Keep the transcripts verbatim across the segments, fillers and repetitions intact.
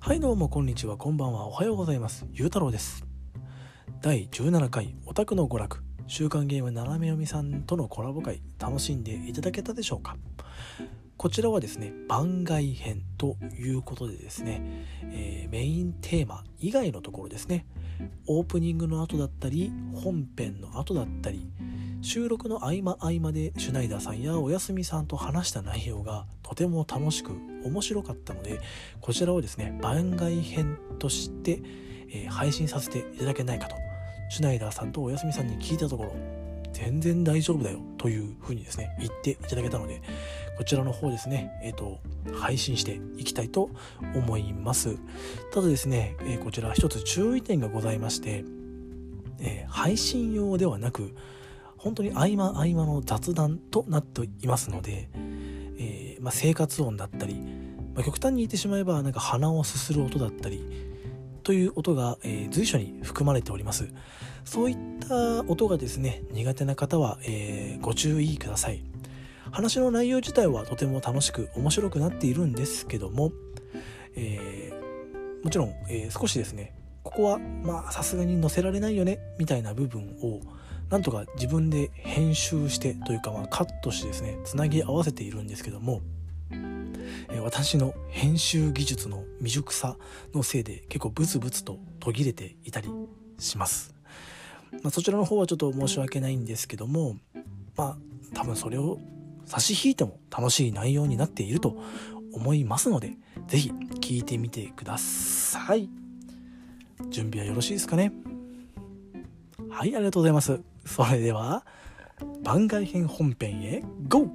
はいどうもこんにちは、こんばんは、おはようございます。ゆうたろうです。だいじゅうななかいオタクの娯楽週刊ゲーム斜め読みさんとのコラボ会、楽しんでいただけたでしょうか。こちらはですね、番外編ということでですね、えー、メインテーマ以外のところですね、オープニングの後だったり本編の後だったり、収録の合間合間でシュナイダーさんやおやすみさんと話した内容がとても楽しく面白かったので、こちらをですね番外編として、えー、配信させていただけないかとシュナイダーさんとおやすみさんに聞いたところ、全然大丈夫だよというふうにですね言っていただけたので、こちらの方ですね、えーと配信していきたいと思います。ただですね、えー、こちら一つ注意点がございまして、えー、配信用ではなく本当に合間合間の雑談となっていますので、えーまあ、生活音だったり、まあ、極端に言ってしまえばなんか鼻をすする音だったりという音が、えー、随所に含まれております。そういった音がですね苦手な方は、えー、ご注意ください。話の内容自体はとても楽しく面白くなっているんですけども、えー、もちろん、えー、少しですねここはまあさすがに載せられないよねみたいな部分をなんとか自分で編集してというか、まあカットしてですねつなぎ合わせているんですけども、えー、私の編集技術の未熟さのせいで結構ブツブツと途切れていたりします。まあ、そちらの方はちょっと申し訳ないんですけども、まあ多分それを差し引いても楽しい内容になっていると思いますので、ぜひ聞いてみてください。準備はよろしいですかね。はい、ありがとうございます。それでは番外編本編へ ゴー。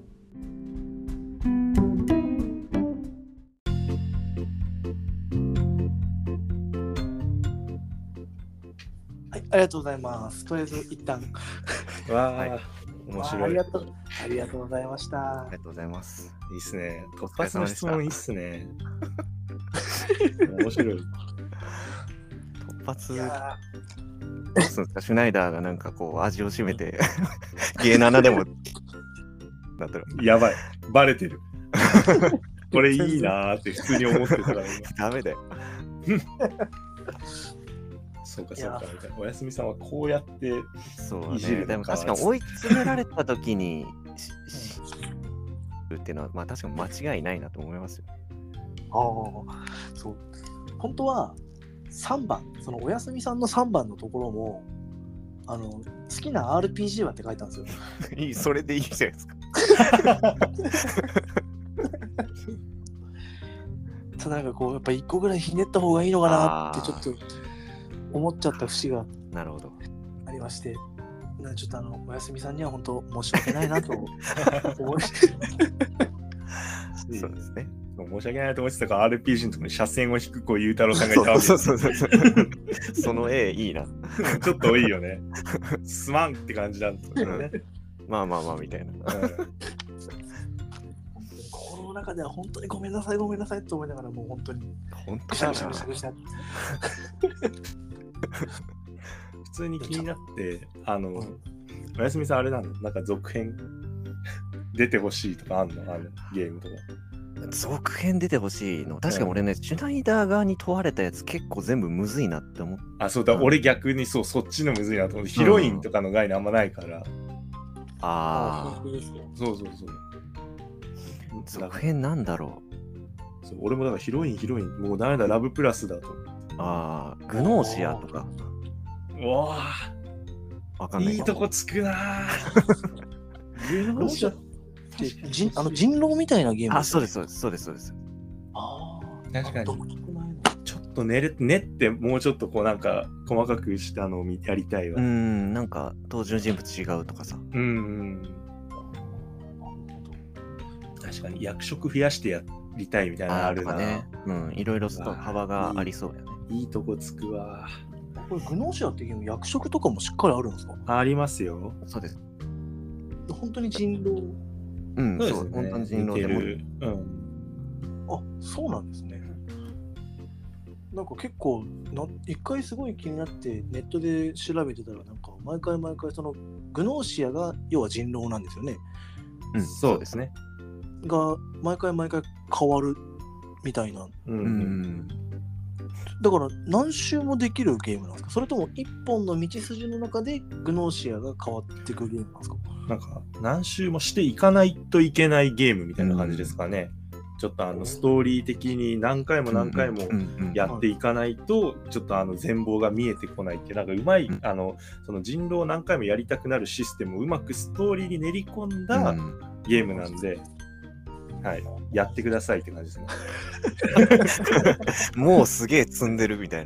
はい、ありがとうございます。とりあえず一旦わあ、 はい、 面白い。 ありがとうありがとうございました。 ありがとうございます。 いいっすね。突お疲れ発の様でした。 質問いいっすね。面白い。 突発いやどうするんですか、シュナイダーがなんかこう味を占めてゲーナナでもなったらやばい。バレてる。これいいなーって普通に思ってたらダメだよ。 そうかそうかみたいな。おやすみさんはこうやってそういじるね。でものか確かに追い詰められた時にししるっていうのはまあ確かに間違いないなと思いますよ。 ああ、そう。本当はさんばん、そのおやすみさんのさんばんのところもあの好きな アールピージー はって書いたんですよ。 いい、それでいいじゃないですか。 ただなんかこうやっぱいっこぐらいひねった方がいいのかなってちょっと思っちゃった節がなるほど。 ありまして、なのでちょっとあのおやすみさんには本当申し訳ないなと思いそうですね。 申し訳ないと思ってたから アールピージー のところに車線を引く子ゆうたろうさんがいたわけそうそうそうそう。その絵いいな。 ちょっといいよね。すまんって感じなんですよね。 まあまあまあみたいな。 心の中では本当にごめんなさいごめんなさいと思いながら、もう本当に本当ぐしゃぐしゃぐしゃぐしゃ普通に気になって、あの、 うん、 おやすみさんあれなの？なんか続編出てほしいとかあんの？あのゲームとか。 続編出てほしいの。確かに俺ね、うん、シュナイダー側に問われたやつ結構全部むずいなって思った。 あ、そうだ、俺逆にそう、そっちのむずいなと思って、ヒロインとかの概念あんまないから。うん、 ああ。 そうそうそう。 続編なんだろう。そう、俺もだからヒロインヒロイン、もうダメだ、ラブプラスだと思って。 ああ、グノーシアとか。 うわわかんない。 いいとこつくなグノーシア人あの人狼みたいなゲーム、ね、 あ、そうですそうですそうですそうです。 ああ、確かにちょっと練れ練ってもうちょっとこうなんか細かくしたのをやりたいわ。 うん、なんか登場人物違うとかさ。 うん、うん、確かに役職増やしてやりたいみたいなのあるな。 ね、うん、いろいろと幅がありそうやね。 いい、いいとこつくわ。 これグノーシアってゲーム役職とかもしっかりあるんですか？ ありますよ。 そうです。 本当に人狼。 うん、そうですね。本当に人狼でも。 うん。あ、そうなんですね。なんか結構な一回すごい気になってネットで調べてたら、なんか毎回毎回そのグノーシアが要は人狼なんですよね。 うん、そうですね。 が毎回毎回変わるみたいな。 うん、うん、 だから何周もできるゲームなんですか？それとも一本の道筋の中でグノーシアが変わっていくゲームなんですか？ なんか何周もしていかないといけないゲームみたいな感じですかね。うん、ちょっとあのストーリー的に何回も何回もやっていかないとちょっとあの全貌が見えてこないっていうなんかうまいあのその人狼を何回もやりたくなるシステムをうまくストーリーに練り込んだゲームなんで、はい、やってくださいって感じですね。 もうすげえ積んでるみたいな。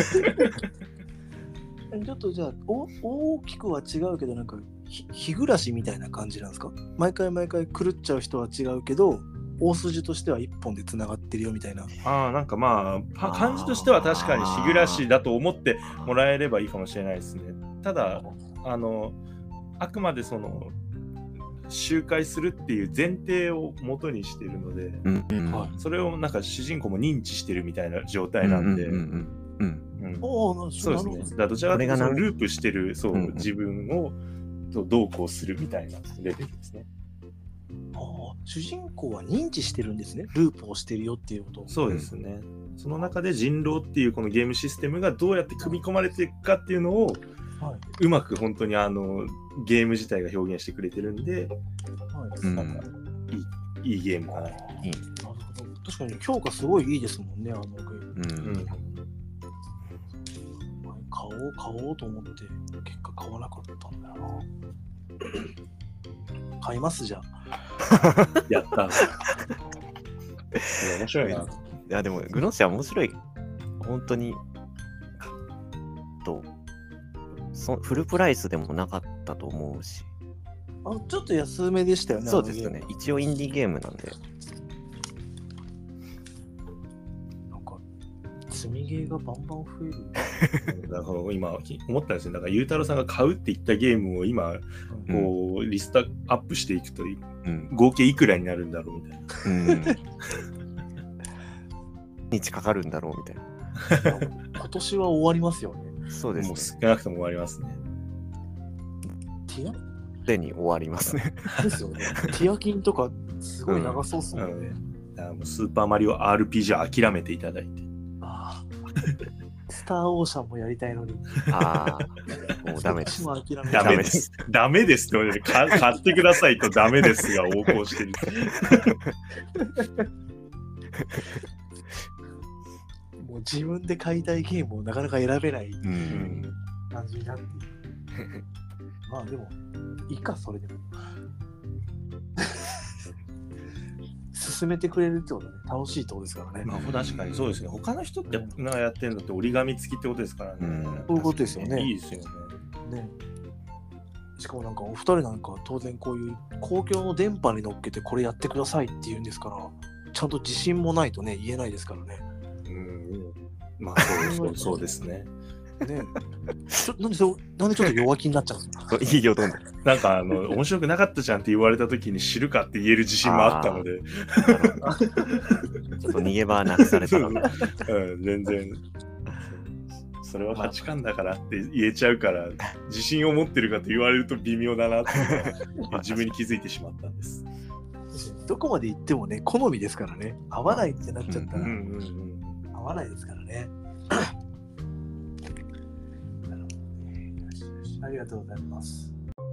ちょっとじゃあお大きくは違うけどなんか日暮らしみたいな感じなんですか？毎回毎回狂っちゃう人は違うけど大筋としては一本でつながってるよみたいな。 ああ、なんかまあ感じとしては確かに日暮らしだと思ってもらえればいいかもしれないですね。ただあのあくまでその周回するっていう前提を元にしているので、うんうんはい、それをなんか主人公も認知してるみたいな状態なんで、うんうんうんうん、おそうですね。だからどちらかというとそのループしてるそう、うんうん、自分をどうこうするみたいなレベルですね。 あ主人公は認知してるんですね。ループをしてるよっていうことを。 そうですね。その中で人狼っていうこのゲームシステムがどうやって組み込まれていくかっていうのを、はい、うまく本当にあのゲーム自体が表現してくれてるんで、はい、なんかいい、いいゲームかな。いい。 確かに評価すごいいいですもんね、あのゲーム。うんうん、買おう買おうと思って結果買わなかったんだよな。買いますじゃあ。やった。面白いな。いやでもグノシア面白い。本当にとそフルプライスでもなかったと思うし。 あちょっと安めでしたよね。 そうですよね。一応インディーゲームなんで。 なんか積みゲーがバンバン増える。 だから今思ったんですよ。だからゆうたろうさんが買うって言ったゲームを今こう、うん、リストアップしていくと、うん、合計いくらになるんだろうみたいな。うん、 日かかるんだろうみたいな。 今年は終わりますよね。 そうですね。 もう少なくとも終わりますね。 ティアでに終わりますね。 ですよね。ティアキンとかすごい長そうっすもんね。 うんうん、もうスーパーマリオ アールピージー を諦めていただいて。 あスターオーシャンもやりたいのに。 ああ、もうダメです。 ダメです。ダメですって、買ってくださいとダメですが横行してる。 もう自分で買いたいゲームをなかなか選べない感じになっている。まあでもいいかそれでも。進めてくれるってことね、楽しいってことですからね。 まあ、確かにそうですね。他の人ってがやってるのって折り紙付きってことですからね。うん、 そういうことですよね。 いいですよね。 ね。しかもなんかお二人なんか当然こういう公共の電波に乗っけてこれやってくださいって言うんですから、ちゃんと自信もないとね言えないですからね。 うん。まあそうそうそうですね。 ね、ちょなんでそなんでちょっと弱気になっちゃうんですか。 いいよどんどん。 なんかあの面白くなかったじゃんって言われた時に知るかって言える自信もあったので。 ちょっと逃げ場なくされたの。うん、 全然。それは価値観だからって言えちゃうから、自信を持ってるかと言われると微妙だなって自分に気づいてしまったんです。 どこまで行ってもね好みですからね。合わないってなっちゃったら、うんうんうん、合わないですからね。ありがとうございます。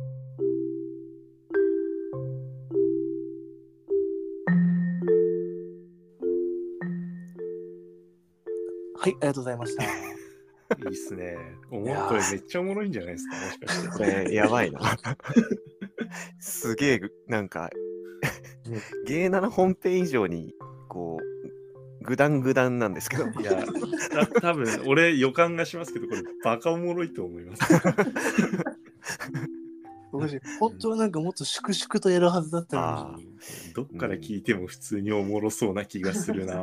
はい、ありがとうございました。いいっすね。おもこれめっちゃおもろいんじゃないですか、もしかして。 これやばいな。すげえ、なんか、ゲーナの本編以上に、こう、グダングダンなんですけど。 いや、た多分俺予感がしますけど、これバカおもろいと思います。 本当はなんかもっと粛々とやるはずだったのに、 どっから聞いても普通におもろそうな気がするな。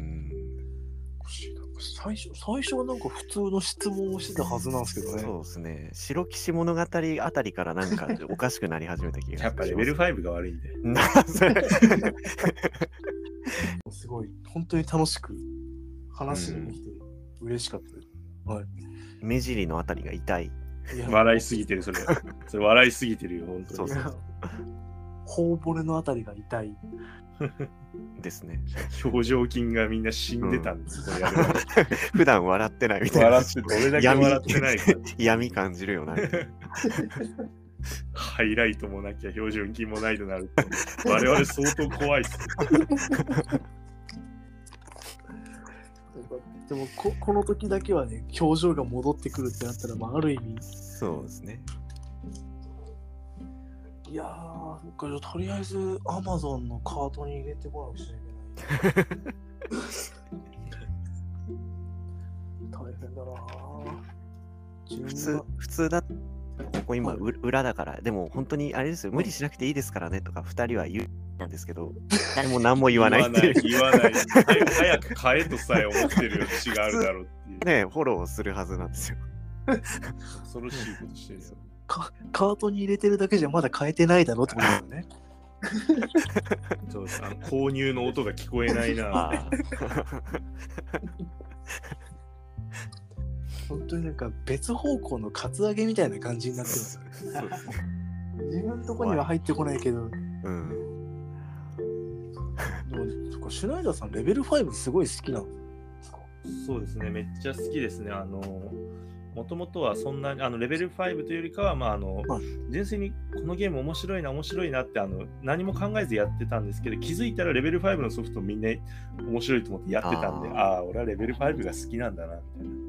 最初最初はなんか普通の質問をしてたはずなんですけどね。 そうですね。白騎士物語あたりからなんかおかしくなり始めた気がする。 やっぱレベルごが悪いんで。 すごい本当に楽しく話ができて嬉しかったです。はい。 目尻のあたりが痛い。 笑いすぎてるそれ。それ笑いすぎてるよ本当に。そうそう。 頬骨のあたりが痛い。 ですね。 表情筋がみんな死んでたんです、うん、やる普段笑ってないみたいな。 笑ってどれだけ笑ってないか闇感じるよな。 ハイライトもなきゃ表情筋もないとなると我々相当怖いっす。 でも こ, この時だけはね表情が戻ってくるってなったら、まあ、ある意味そうですね。 いやーとりあえず Amazon のカートに入れてこなくちゃいけない大変だな。 普通普通だここ今、はい、裏だからでも本当にあれですよ、無理しなくていいですからねとかふたりは言うんですけど、誰も何も言わないっていう。 言わない、言わない。早く買えとさえ思ってる余地があるだろうっていう。 ね、フォローするはずなんですよ。 恐ろしいことしてるよ。 カートに入れてるだけじゃまだ買えてないだろってことだよね。 そうです、あの購入の音が聞こえないな。 本当になんか別方向のカツアゲみたいな感じになってます。自分のとこには入ってこないけど。うん。でもそっか、シュナイダーさんレベルごすごい好きなんですか？ そうですね、めっちゃ好きですね。あのもともとはそんなにあのレベルごというよりかは、まああのはい、純粋にこのゲーム面白いな面白いなってあの何も考えずやってたんですけど、気づいたらレベルごのソフトみんな面白いと思ってやってたんで、ああ俺はレベルごが好きなんだなみたいな。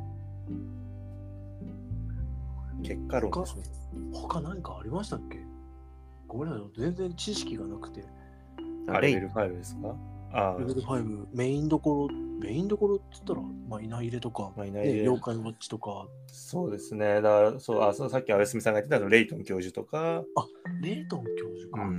結果論ですね。 他何かありましたっけ？ごめんなさい、全然知識がなくて。 あ、レベルごですか？あレベルご、メインどころ、メインどころって言ったら、まあ、いない入れとか、まあいない入れ、ね、妖怪ウォッチとか。 そうですね。だからそう、あ、そうさっきあやすみさんが言ってたのレイトン教授とか。 あ、レイトン教授か。うん。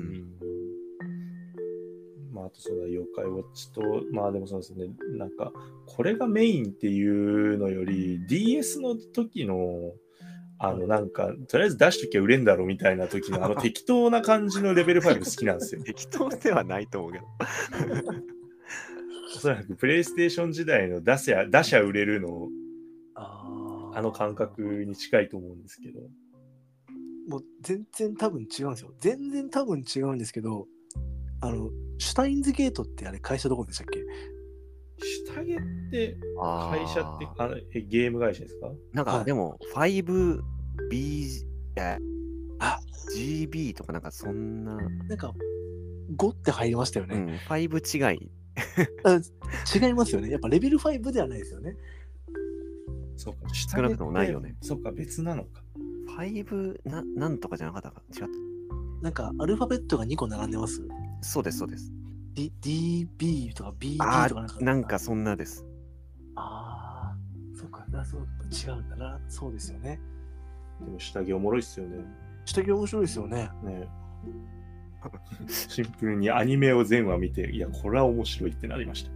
まあ、あとそうだ、妖怪ウォッチと、まあでもそうですね、なんか、これがメインっていうのより、ディーエス の時の、あのなんかとりあえず出しときゃ売れんだろうみたいな時のあの適当な感じのレベルご好きなんですよ。 適当ではないと思うけど。 おそらくプレイステーション時代の出しゃ出しゃ売れるのあ, あの感覚に近いと思うんですけど。 もう全然多分違うんですよ。全然多分違うんですけど、あのシュタインズゲートってあれ会社どこでしたっけ？ シュタゲって会社ってあえゲーム会社ですか？ なんか、はい、でも ファイブビー あ ジービー とかなんかそんななんかごって入りましたよね。うん、 ご違い違いますよね。やっぱレベルごではないですよね。 そうか、 少なくともないよね。 そうか、別なのか。 ごななんとかじゃなかったか違った。 なんかアルファベットがにこ並んでます。 そうですそうです。 D、ディービー とか ビーディー とかなんかなんかそんなです。 ああ、そうか、そう違うんだな。そうですよね。 でも下着おもろいっすよね。 下着面白いですよね。 ねシンプルにアニメを全話見て、いや、これは面白いってなりました。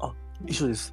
あ、一緒です。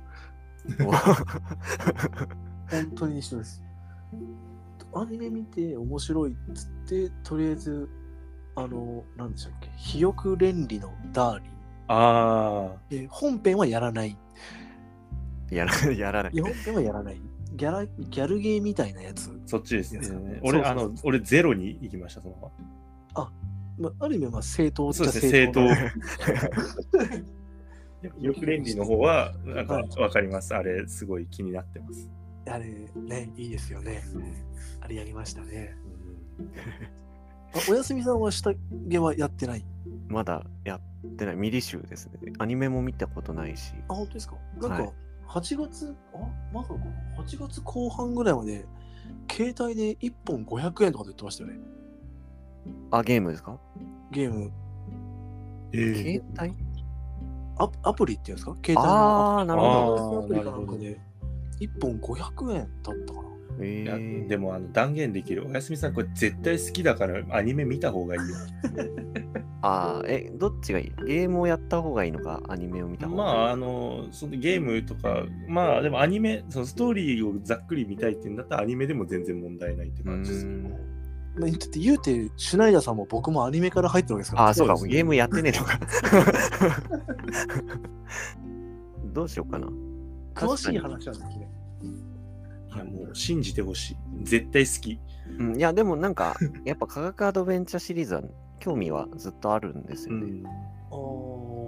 本当に一緒です。アニメ見て面白いっつって、とりあえず、あの、なんでしたっけ、肥沃連理のダーリン。 ああ。 で、本編はやらない。 やら, やらない。 本編はやらない。ギャラ、ギャルゲーみたいなやつ。 そっちですね。俺、そうそうそうあの、俺ゼロに行きました、そのまま。 あ、まあ、ある意味は正当っちゃ正当。そうですね、正当。肥沃連理の方は、なんかわかります、はい。あれ、すごい気になってます。 あれ、ね、いいですよね。うん、あれやりましたね。うんあおやすみさんは下着はやってない？ まだやってない。ミリ集ですね。アニメも見たことないし。 あ、本当ですか？なんか、はちがつ、あ、まだかな？はちがつこう半ぐらいまで、携帯でいっぽんごひゃくえんとかで売ってましたよね。 あ、ゲームですか？ ゲーム。 えー、携帯アアプリっていうんですか？携帯のああ、なるほど。アプリかなんかで、いっぽんごひゃくえんだったかな。 えー、いやでもあの断言できる。おやすみさんこれ絶対好きだからアニメ見た方がいいよ。 ああ、え、どっちがいい？ゲームをやった方がいいのか、アニメを見た方がいい？ まあ、あの、そのゲームとか、まあでもアニメ、そのストーリーをざっくり見たいっていうんだったらアニメでも全然問題ないって感じです。 まあ、だって言うて、シュナイダーさんも僕もアニメから入ってるわけですから。 ああ、そうか、そうゲームやってねえのか。どうしようかな。 詳しい話はできない。 いやもう信じてほしい。絶対好き。 うん、いやでもなんかやっぱ科学アドベンチャーシリーズは興味はずっとあるんですよね。うん、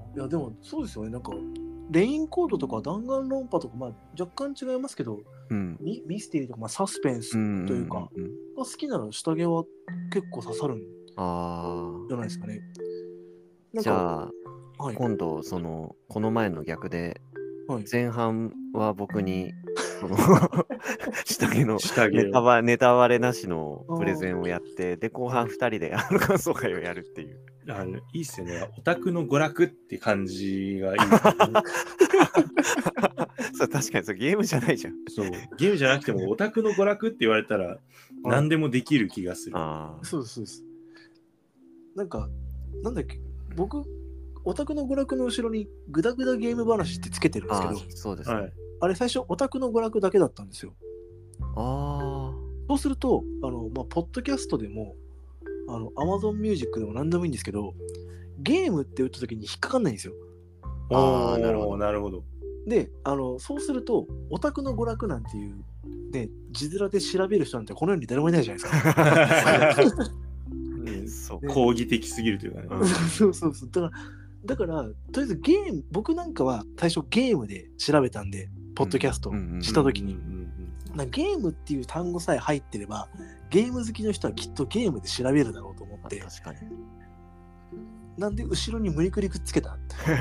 いやでもそうですよね。なんかレインコードとか弾丸論破とか、まあ、若干違いますけど、 うん。 ミミステリーとか、まあ、サスペンスうんというか、 うんうんうん、 が好きなら下着は結構刺さるんあじゃないですかね。なあ。 んかじゃあ、 はい今度、その、この前の逆で、 はい、 前半は僕に、その下着の下着をネタバネタバレなしのプレゼンをやって、で、後半ふたりであの感想会をやるっていう。 あのいいっすよね。オタクの娯楽って感じがいいですよね。 そう、確かにそうゲームじゃないじゃん。 そうゲームじゃなくてもオタクの娯楽って言われたら何でもできる気がする。 ああ。 そうですそうです。なんかなんだっけ、僕オタクの娯楽の後ろにグダグダゲーム話ってつけてるんですけあど、 ーそうですね。 はい。 あれ最初オタクの娯楽だけだったんですよ。 あそうするとあの、まあ、ポッドキャストでもあの Amazon Music でも何でもいいんですけど、ゲームって打った時に引っかかんないんですよ。 あーなるほどおーなるほど。 であのそうするとオタクの娯楽なんていう、ね、字面で調べる人なんてこの世に誰もいないじゃないですか。 うんそう。 ね講義的すぎるというかね。 うんそうそうそう。だから、だからとりあえずゲーム、僕なんかは最初ゲームで調べたんで、ポッドキャストした時に、 うんうんなゲームっていう単語さえ入ってれば、ゲーム好きの人はきっとゲームで調べるだろうと思って、 あ確かに。 なんで後ろに無理くりくっつけた。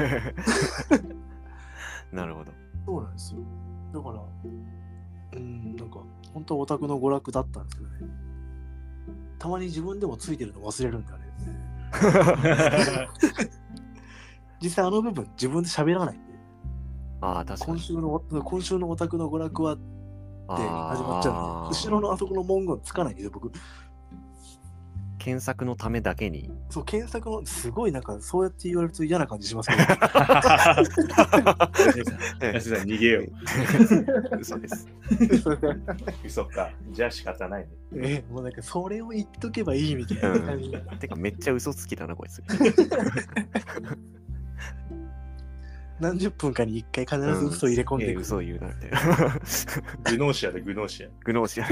なるほど。 そうなんですよ。だから、うん、なんか、本当はオタクの娯楽だったんですけどね。たまに自分でもついてるの忘れるんだよね。実際あの部分自分で喋らないんで、 ああ、確かに。 今週の今週のオタクの娯楽はって始まっちゃうんあーで、後ろのあそこの文言つかないんで、僕。 検索のためだけに。 そう、検索の、すごいなんか、そうやって言われると嫌な感じしますけど。 安井さん逃げよう。 嘘です。 嘘か。じゃあ仕方ないね。 え、もうなんか、それを言っとけばいいみたいな感じ。 てか、めっちゃ嘘つきだな、こいつ。 何十分かに一回必ず嘘を入れ込んでいく。 えー嘘を言うなみたいな。 グノーシアでグノーシア。 グノーシア。 あ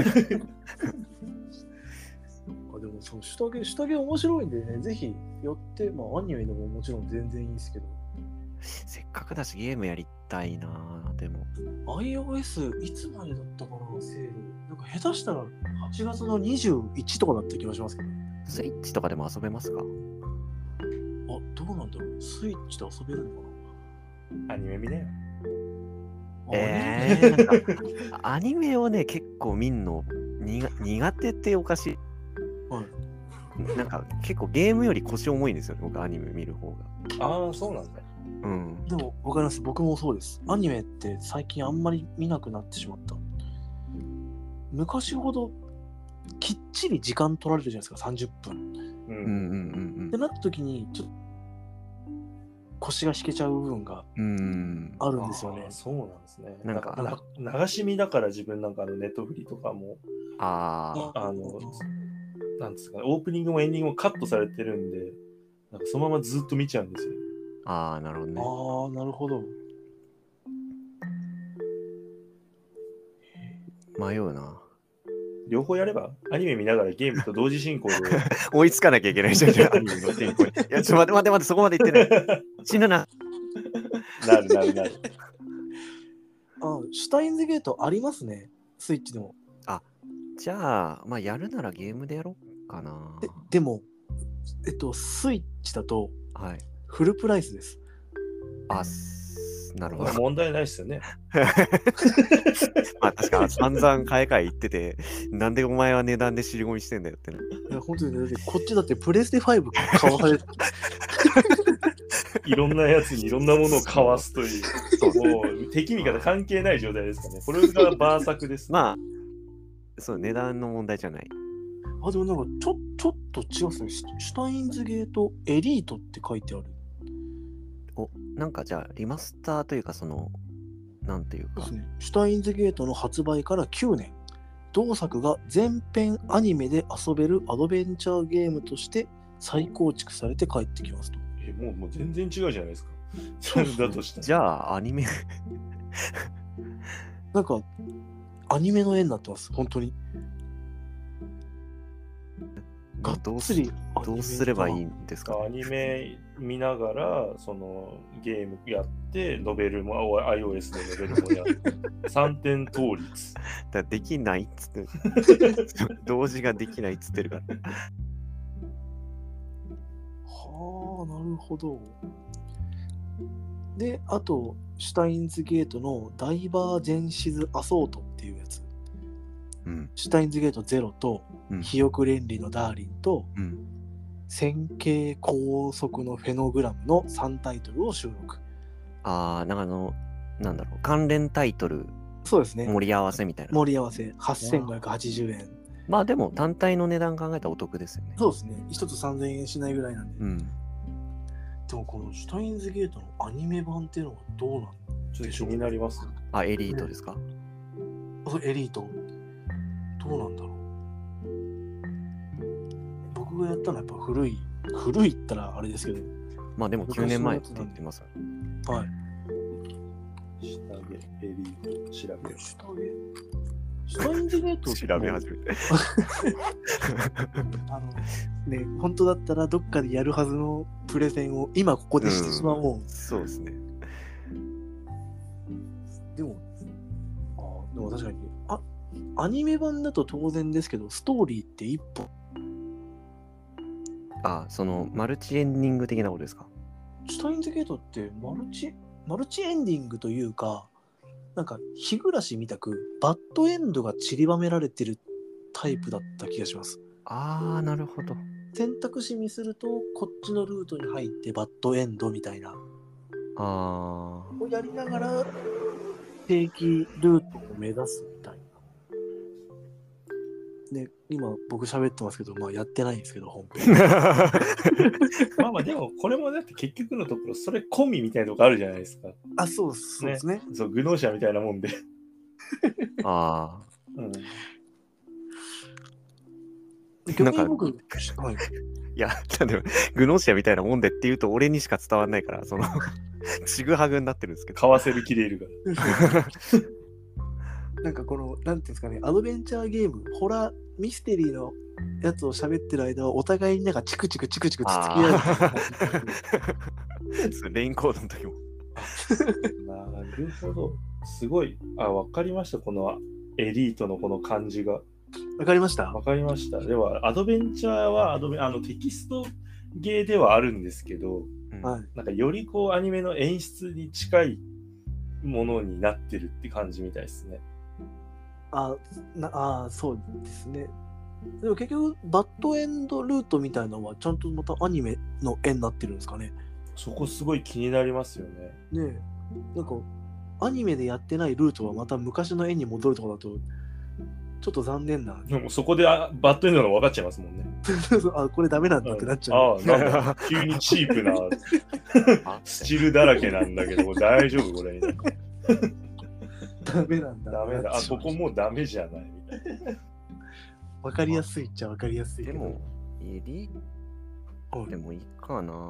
でもそう下着下着面白いんでね、ぜひ寄って、まあアニメでももちろん全然いいですけど、 せっかくだしゲームやりたいな。でも iOS いつまでだったかな、セール。なんか下手したらはちがつのにじゅういちとかだった気がしますけど、 スイッチとかでも遊べますか？ あ、どうなんだろう、スイッチで遊べるのかな。 アニメ見ねあえー、なんかアニメをね結構見んの苦苦手っておかしい。 はいなんか結構ゲームより腰重いんですよね、僕アニメ見る方が。 ああ、そうなんだ。 うん。 でもわかります、僕もそうです。アニメって最近あんまり見なくなってしまった。昔ほどきっちり時間取られるじゃないですか、さんじゅっぷん。 う。 うんんうんうんってなった時にちょっと腰が引けちゃう部分がうん。うん。 あるんですよねあー。そうなんですね。 なんかな流し見だから自分なんかあのネットフリとかも、 ああ。 あの、なんですかね、オープニングもエンディングもカットされてるんで、なんかそのままずっと見ちゃうんですよ。 ああ、なるほどね。 ああ、なるほど。 迷うな。 両方やれば、アニメ見ながらゲームと同時進行で追いつかなきゃいけないじゃん。じゃあアニメのテンポにいや、ちょっと待って待って待って、そこまで言ってない。死ぬな。 なるなるなる。 あ、シュタインズゲートありますね、スイッチでも。 じゃあ、まあ、やるならゲームでやろうかな。 ででも、えっと、スイッチだとはい。 フルプライスです。 あ、すなるほまどあ。問題ないですよね。 まあ、確か散々買い替え言ってて、なんでお前は値段で尻込みしてんだよってね。 いや、本当にね、だってこっちだってプレステファイブ買わされて、 いろんなやつにいろんなものをかわすという、 そうもう敵味方関係ない状態ですかね。これがバーサクです。 まあ、そう、値段の問題じゃない。 あ、でもなんかちょちょっと違うっすね。シシュタインズゲートエリートって書いてある。 お、なんかじゃあ、リマスターというか、その、なんていうかそうです、ね。シュタインズゲートの発売からきゅうねん。同作が全編アニメで遊べるアドベンチャーゲームとして再構築されて帰ってきますと。 えもうもう全然違うじゃないですか。 そうそうだとしたら。 じゃあ、アニメなんか、アニメの絵になってます、本当に。がっどうすつりどうすればいいいんですか？ アニメ見ながらそのゲームやってノベルも iOS でノベルもやってさんてん倒立だからできないっつって同時ができないっつってるからはあ、なるほど。で、あと、シュタインズゲートのダイバージェンシズ・アソートっていうやつ。 うん、 シュタインズゲートゼロと、 うん、 肥沃連理のダーリンと、 うん、 線形高速のフェノグラムのさんタイトルを収録。 ああ、なんかあの、なんだろう、関連タイトルそうですね。 盛り合わせみたいな。 盛り合わせ、はっせんごひゃくはちじゅうえん。 まあでも単体の値段考えたらお得ですよね。 そうですね。一つさんぜんえんしないぐらいなんで。 うん。 でもこのシュタインズゲートのアニメ版っていうのはどうなんちょっと気になります。 あ、エリートですか？ エリート。どうなんだろう。僕がやったのはやっぱ古い。古いったらあれですけど。 まあでもきゅうねんまえって言ってます。 はい。 下着、エリート、調べよう。 下着。シュタインズゲート調べ始めて。 あのね、本当だったらどっかでやるはずのプレゼンを今ここでしてしまおう。 うん、そうですね。 でも、あでも確かにあ、アニメ版だと当然ですけど、ストーリーって一本。 あ、そのマルチエンディング的なことですか？ シュタインズゲートってマルチ、マルチエンディングというか、なんか日暮らしみたくバッドエンドが散りばめられてるタイプだった気がします。 ああ、なるほど。 選択肢にするとこっちのルートに入ってバッドエンドみたいなああ。 をやりながら定期ルートを目指すみたいな。で、今僕喋ってますけど、まあやってないんですけど本編。 まあまあでもこれもだって結局のところそれ込みみたいなとこあるじゃないですか。 あ、そうそうですね。 ね、そうグノーシャみたいなもんで。 ああ。 うん。 なんか、 僕、はい、 いや、なんでグノーシアみたいなもんでって言うと俺にしか伝わんないから、そのちぐはぐになってるんですけど。 買わせる気でいるから。 なんかこの、なんていうんですかね、アドベンチャーゲーム、ホラー、ミステリーのやつを喋ってる間は、お互いになんかチクチクチクチクつつき合う。レインコードの時も。 なるほど。すごい。あ、わかりました。このエリートのこの感じが。 わかりました？ わかりました。では、アドベンチャーはアドベあのテキストゲーではあるんですけど、 はい、 なんかよりこうアニメの演出に近いものになってるって感じみたいですね。 あなあ、そうですね。でも結局、バッドエンドルートみたいなのは、ちゃんとまたアニメの絵になってるんですかね。 そこすごい気になりますよね。 ねえ。なんか、アニメでやってないルートはまた昔の絵に戻るとかだと、ちょっと残念な。 でもそこであバッドエンドの分かっちゃいますもんね。 あ、これダメなんだってなっちゃう。 ああ、なんだ、急にチープなスチルだらけなんだけど、もう大丈夫これ。 ダメなんだ。 ダメだ。あ、ここもうダメじゃないみたいな。 わかりやすいっちゃわかりやすいけど。 でも、エリでもいいかな。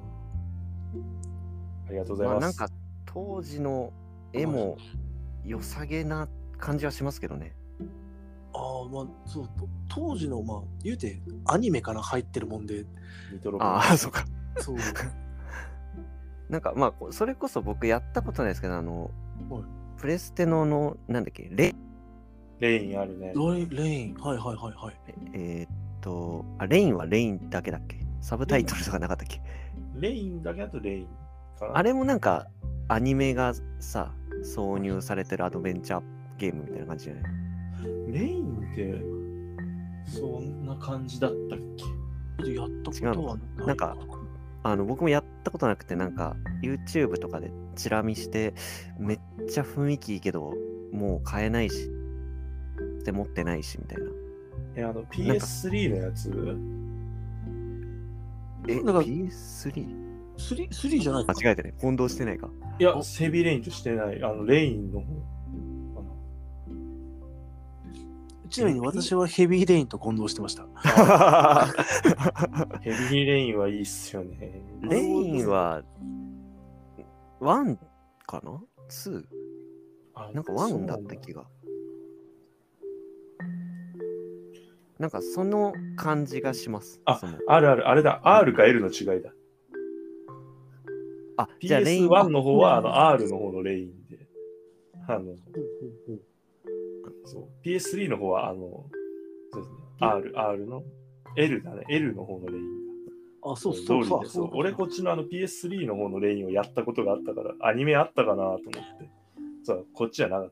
ありがとうございます。まあ、 なんか当時の絵も良さげな感じはしますけどね。 ああ、まあそう当時のまあ言うてアニメから入ってるもんで。 ああ、そうか。 そう。 なんかまあそれこそ僕やったことないですけど、あの、 はい、 プレステののなんだっけレレインあるね。 レインはいはいはいはい。 えー、っとあレインはレインだけだっけ？サブタイトルとかなかったっけ？ レインだけだとレインかな。 あれもなんかアニメがさ挿入されてるアドベンチャーゲームみたいな感じじゃない？ レインってそんな感じだったっけ？ やったことはない。 なんかあの僕もやったことなくて、なんか YouTube とかでチラ見してめっちゃ雰囲気いいけどもう買えないしで持ってないしみたいな。 え、あの ピーエススリー のやつ？ え、 なんかピーエススリー？ スリー、スリーじゃないか。 間違えてね。混同してないか。 いや、ヘビーレインとしてない。あの、レインの方。 ちなみに私はヘビーレインと混同してました。 ヘビーレインはいいっすよね。 レインはワンかな ?ツー？ なんかワンだった気が。なんかその感じがします。 あ、あるある、あれだ、R か L の違いだ。 あ、じゃあレインピーエスワン の方はあの R の方のレインで、あの、そう ピーエススリー の方はあの、そうですね、R、R の L だね、L の方のレインあ、そうが。 そうそう通りでそう。俺こっちのあの ピーエススリー の方のレインをやったことがあったから、アニメあったかなと思って。そう、こっちじゃなかった。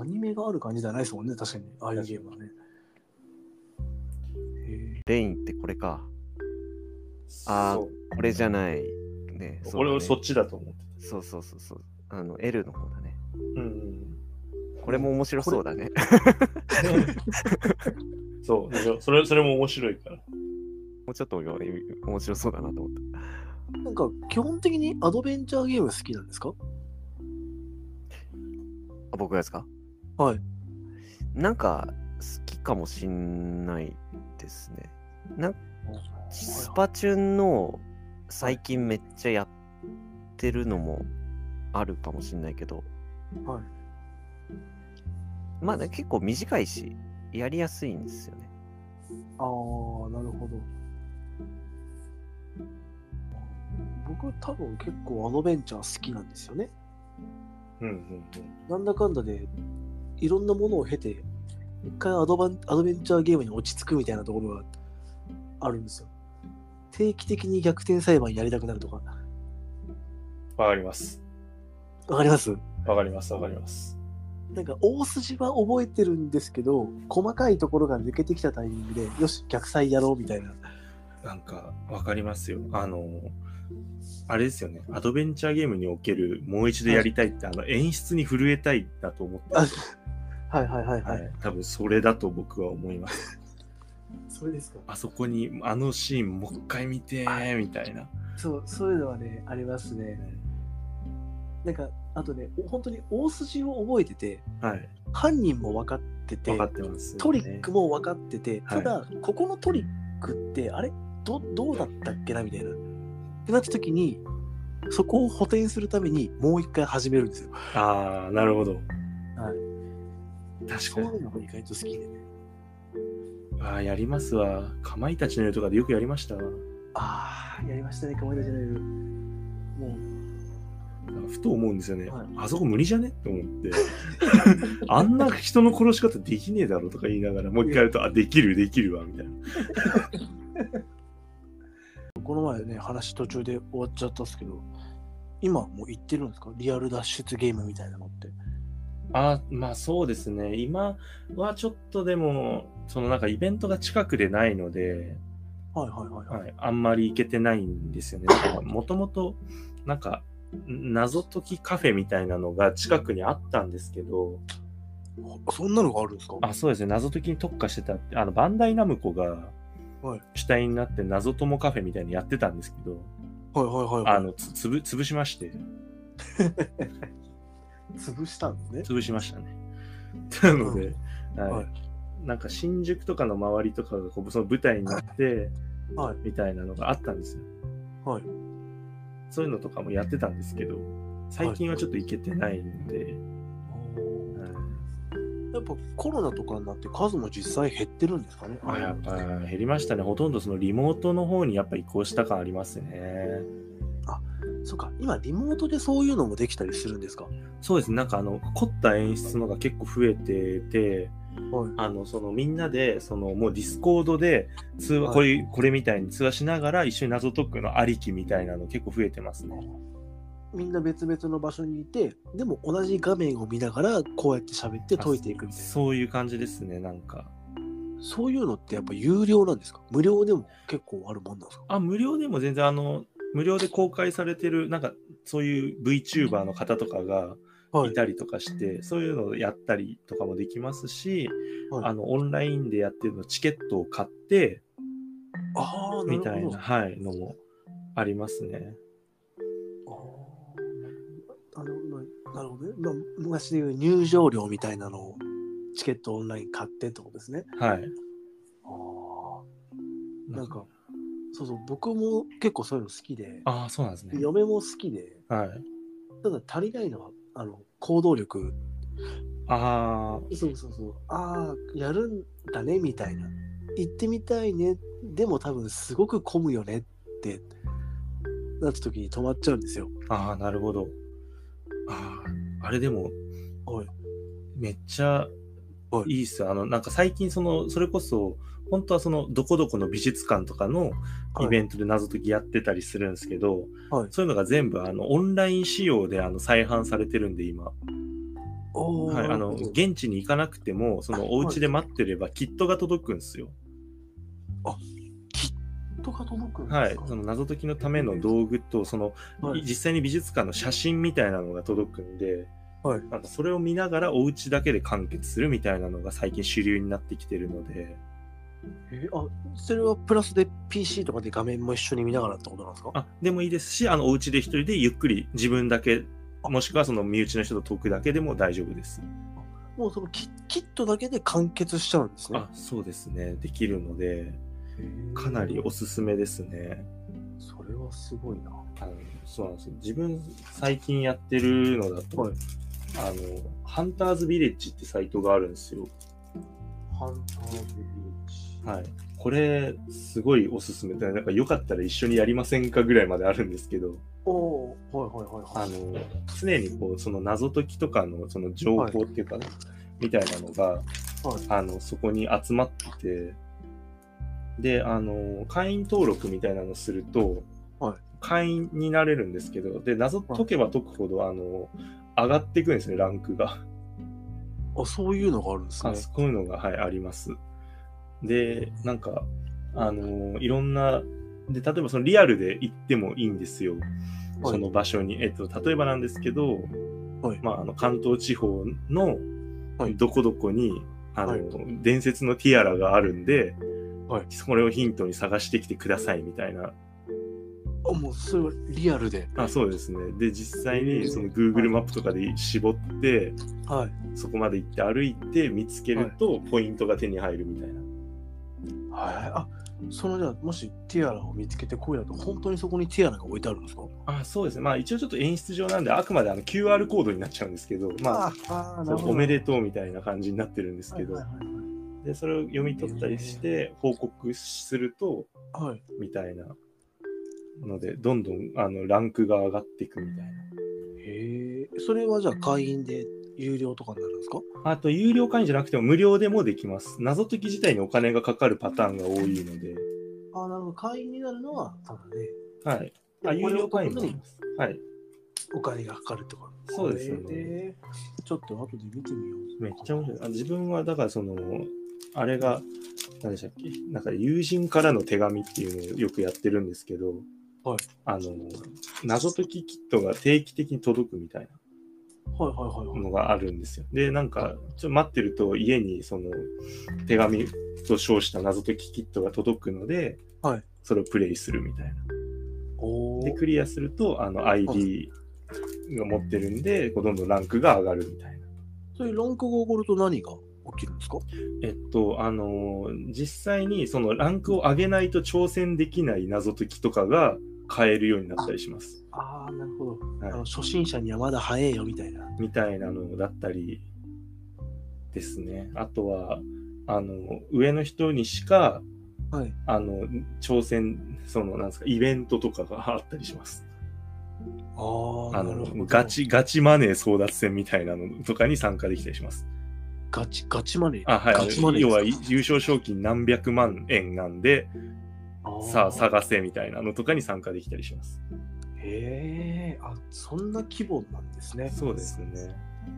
アニメがある感じじゃないですもんね、確かに。ああいうゲームはね。へレインってこれか。あそうー、これじゃない。ね、そうだね俺はそっちだと思ってそうそうそうそう。あの、L の方だね。 た。うんうん。 これも面白そうだね。 そう、でしょそれ、それも面白いから。 もうちょっと面白そうだなと思った。 ーなんか、基本的にアドベンチャーゲーム好きなんですか？ あ、僕がですか？ はい。 なんか、好きかもしんないですね。なんスパチュンの最近めっちゃやってるのもあるかもしんないけど、 はい。 まあね、結構短いし、やりやすいんですよね。 ああ、なるほど。僕多分結構アドベンチャー好きなんですよね。 うんうんうん。 なんだかんだでいろんなものを経て一回アドバンアドベンチャーゲームに落ち着くみたいなところがあるんですよ。定期的に逆転裁判やりたくなるとか。 わかります。 わかります？ わかります、わかります。 なんか大筋は覚えてるんですけど、細かいところが抜けてきたタイミングで、よし、逆サイやろうみたいな。 なんか、わかりますよ。あの、あれですよね。アドベンチャーゲームにおけるもう一度やりたいって、あの演出に震えたいだと思ってある。 はいはいはいは。 はいい。多分それだと僕は思います。 それですか。 あそこに、あのシーンもう一回見てーみたいな。 そう、そういうのはね、ありますね。なんか、あとね、本当に大筋を覚えてて、 はい。 犯人も分かってて、 分かってます、ね。 トリックも分かってて、 はいただ、ここのトリックってあれ ど, どうだったっけなみたいな。ってなった時に、そこを補填するためにもう一回始めるんですよ。 ああ、なるほど。 はい。 確かに。 そういうのが意外と好きでね。 ああ、やりますわ。かまいたちの夜とかでよくやりましたわ。 ああ、やりましたね、かまいたちの夜。もう、 ふと思うんですよね。 はいあそこ無理じゃねって思って。あんな人の殺し方できねえだろとか言いながら、もう一回やると、あ、できる、できるわ、みたいな。 この前ね、話途中で終わっちゃったんですけど、今もう言ってるんですか？リアル脱出ゲームみたいなのって。 あ、まあそうですね。今はちょっとでも、そのなんかイベントが近くでないので、 はいはいはいはい。 はい、あんまり行けてないんですよね。もともと、なんか、謎解きカフェみたいなのが近くにあったんですけど、 そんなのがあるんですか？ あ、そうですね。謎解きに特化してたって、あの、バンダイナムコがはい主体になって謎友カフェみたいにやってたんですけど、 はいはいはい、はい。 あの、つ、つぶ、潰しまして、 潰したんですね。 潰しましたね。なので、はい、 はいなんか新宿とかの周りとかがこうその舞台になって、 はいみたいなのがあったんですよ。 はい。 そういうのとかもやってたんですけど、最近はちょっと行けてないんで、はいやっぱコロナとかになって数も実際減ってるんですかね？ あ、やっぱ減りましたね。ほとんどそのリモートの方にやっぱ移行した感ありますね。 そうか、今リモートでそういうのもできたりするんですか？ そうですね。なんかあの凝った演出のが結構増えてて、 はい。 あのそのみんなでそのもうディスコードで通話、 はいこれこれみたいに通話しながら一緒に謎解くのありきみたいなの結構増えてますね。 みんな別々の場所にいて、でも同じ画面を見ながらこうやって喋って解いていくみたいな。 そういう感じですね。なんかそういうのってやっぱ有料なんですか？無料でも結構あるもんなんですか？ あ無料でも全然あの無料で公開されてるなんかそういう VTuber の方とかがはいいたりとかして、そういうのをやったりとかもできますし、 はい、 あのオンラインでやってるのチケットを買ってああ、なるほど。 みたいな、はい、のもありますね。 ああ、なるほど、なるほどね。まあ、昔でいう入場料みたいなのをチケットオンライン買ってってことですね。 はい。 ああ、なんか、そうそう、僕も結構そういうの好きで、 ああ、そうなんですね。 嫁も好きで、 はい。 ただ足りないのは、あの、行動力。 あそうそうそう。ああ、やるんだね、みたいな。行ってみたいね。でも多分すごく混むよねってなった時に止まっちゃうんですよ。 ああ、なるほど。ああ、あれでも、 はい。 めっちゃはいいいっすよ。あの、なんか最近その、それこそ、本当はその、どこどこの美術館とかのイベントで謎解きやってたりするんですけど、 はい。 そういうのが全部、あの、オンライン仕様で、あの、再販されてるんで、今。 おー、 はい。あの、 なるほど現地に行かなくても、その、お家で待ってれば、キットが届くんですよ。 キットが届くんですか？ はい。その、謎解きのための道具と、その、 はい実際に美術館の写真みたいなのが届くんで、 はい。 なんかそれを見ながらお家だけで完結するみたいなのが最近主流になってきてるので、 えーあ、それはプラスで ピーシー とかで画面も一緒に見ながらってことなんですか？ あ、でもいいですし、あの、お家で一人でゆっくり自分だけ、もしくはその身内の人とトークだけでも大丈夫です。 もうそのキキットだけで完結しちゃうんですね。 あ、そうですね。できるので、かなりおすすめですね。 それはすごいな。 あのそうなんですよ。自分最近やってるのだと、 はいあの、ハンターズビレッジってサイトがあるんですよ。 ハンターズビレッジ。 はい。これ、すごいおすすめで、なんかよかったら一緒にやりませんかぐらいまであるんですけど、 おー、はいはいはいはい。 あの、常にこう、その謎解きとかのその情報っていうか、ねみたいなのが、 はいあの、そこに集まってて、で、あの、会員登録みたいなのすると、 はい会員になれるんですけど、で、謎解けば解くほど、あの、上がっていくんですね、ランクが。 あ、そういうのがあるんですあ、 ね。 そういうのが、はい、あります。で、なんか、あの、いろんな、で、例えばそのリアルで行ってもいいんですよ。 はいその場所に。えっと、例えばなんですけど、 はいまあ、あの、関東地方のはいどこどこに、あの、 はい伝説のティアラがあるんで、 はいそれをヒントに探してきてくださいみたいな。 あ、もうそれはリアルで。 あ、そうですね。で、実際へーにその Google マップとかで絞って、 はい。 そこまで行って歩いて見つけると、ポイントが手に入るみたいな。 はい。あ、そのじゃあ、もしティアラを見つけてこうやと、本当にそこにティアラが置いてあるんですか？ あ、そうですね。まあ一応ちょっと演出上なんで、あくまであの キューアール コードになっちゃうんですけど、まあ、 ああそうおめでとうみたいな感じになってるんですけど、 はいはいで、それを読み取ったりして報告すると、 はい。はい。 みたいなので、どんどんあのランクが上がっていくみたいな。 へえ。それはじゃあ会員で有料とかになるんですか？ あと、有料会員じゃなくても無料でもできます。謎解き自体にお金がかかるパターンが多いので、 ああ、なるほど。会員になるのはただで、 はい。あ、有料会員もあります。はい。 お金がかかるとか。 そうですよねへーちょっと後で見てみよう。 めっちゃ面白い。あ自分はだからその、あれが、何でしたっけ、なんか友人からの手紙っていうのをよくやってるんですけど、 はいあの、謎解きキットが定期的に届くみたいはいはいはいはい。 なのがあるんですよ。で、なんか、ちょっと待ってると家にその手紙と称した謎解きキットが届くので、 はいそれをプレイするみたいな。 おーで、クリアすると、あの、アイディー が持ってるんで、こうどんどんランクが上がるみたいな。 そういうランクが上がると何が起きるんですか？ えっと、あのー実際にそのランクを上げないと挑戦できない謎解きとかが買えるようになったりします。 ああ、なるほど。 はいあの初心者にはまだ早いよみたいな。 みたいなのだったりですね。あとは、あの、上の人にしか、 はい。 あの、挑戦、その、なんですか、イベントとかがあったりします。 ああ、 あなるほどの、ガ。チ、ガチマネー争奪戦みたいなのとかに参加できたりします。 ガチ、ガチマネー。 あ、はい。 ガチマネー要はですか優勝賞金何百万円なんで、 あーさあ探せみたいなのとかに参加できたりします。 へえ、あ、そんな規模なんですね。 そうですね。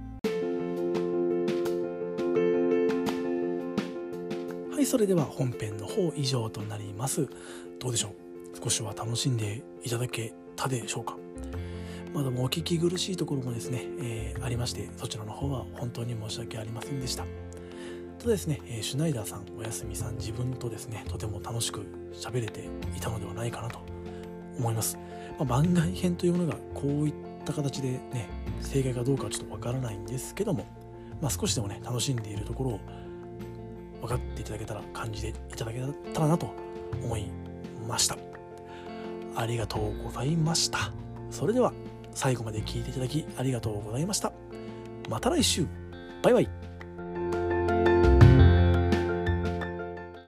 はい、それでは本編の方以上となります。どうでしょう？少しは楽しんでいただけたでしょうか？まだもお聞き苦しいところもですね、えーありまして、そちらの方は本当に申し訳ありませんでした。ただですね、えーシュナイダーさん、おやすみさん、自分とですね、とても楽しく喋れていたのではないかなと思います。まあ、番外編というものがこういった形でね、正解かどうかはちょっとわからないんですけども、まあ、少しでもね、楽しんでいるところを分かっていただけたら、感じていただけたらなと思いました。ありがとうございました。それでは最後まで聞いていただきありがとうございました。また来週。バイバイ。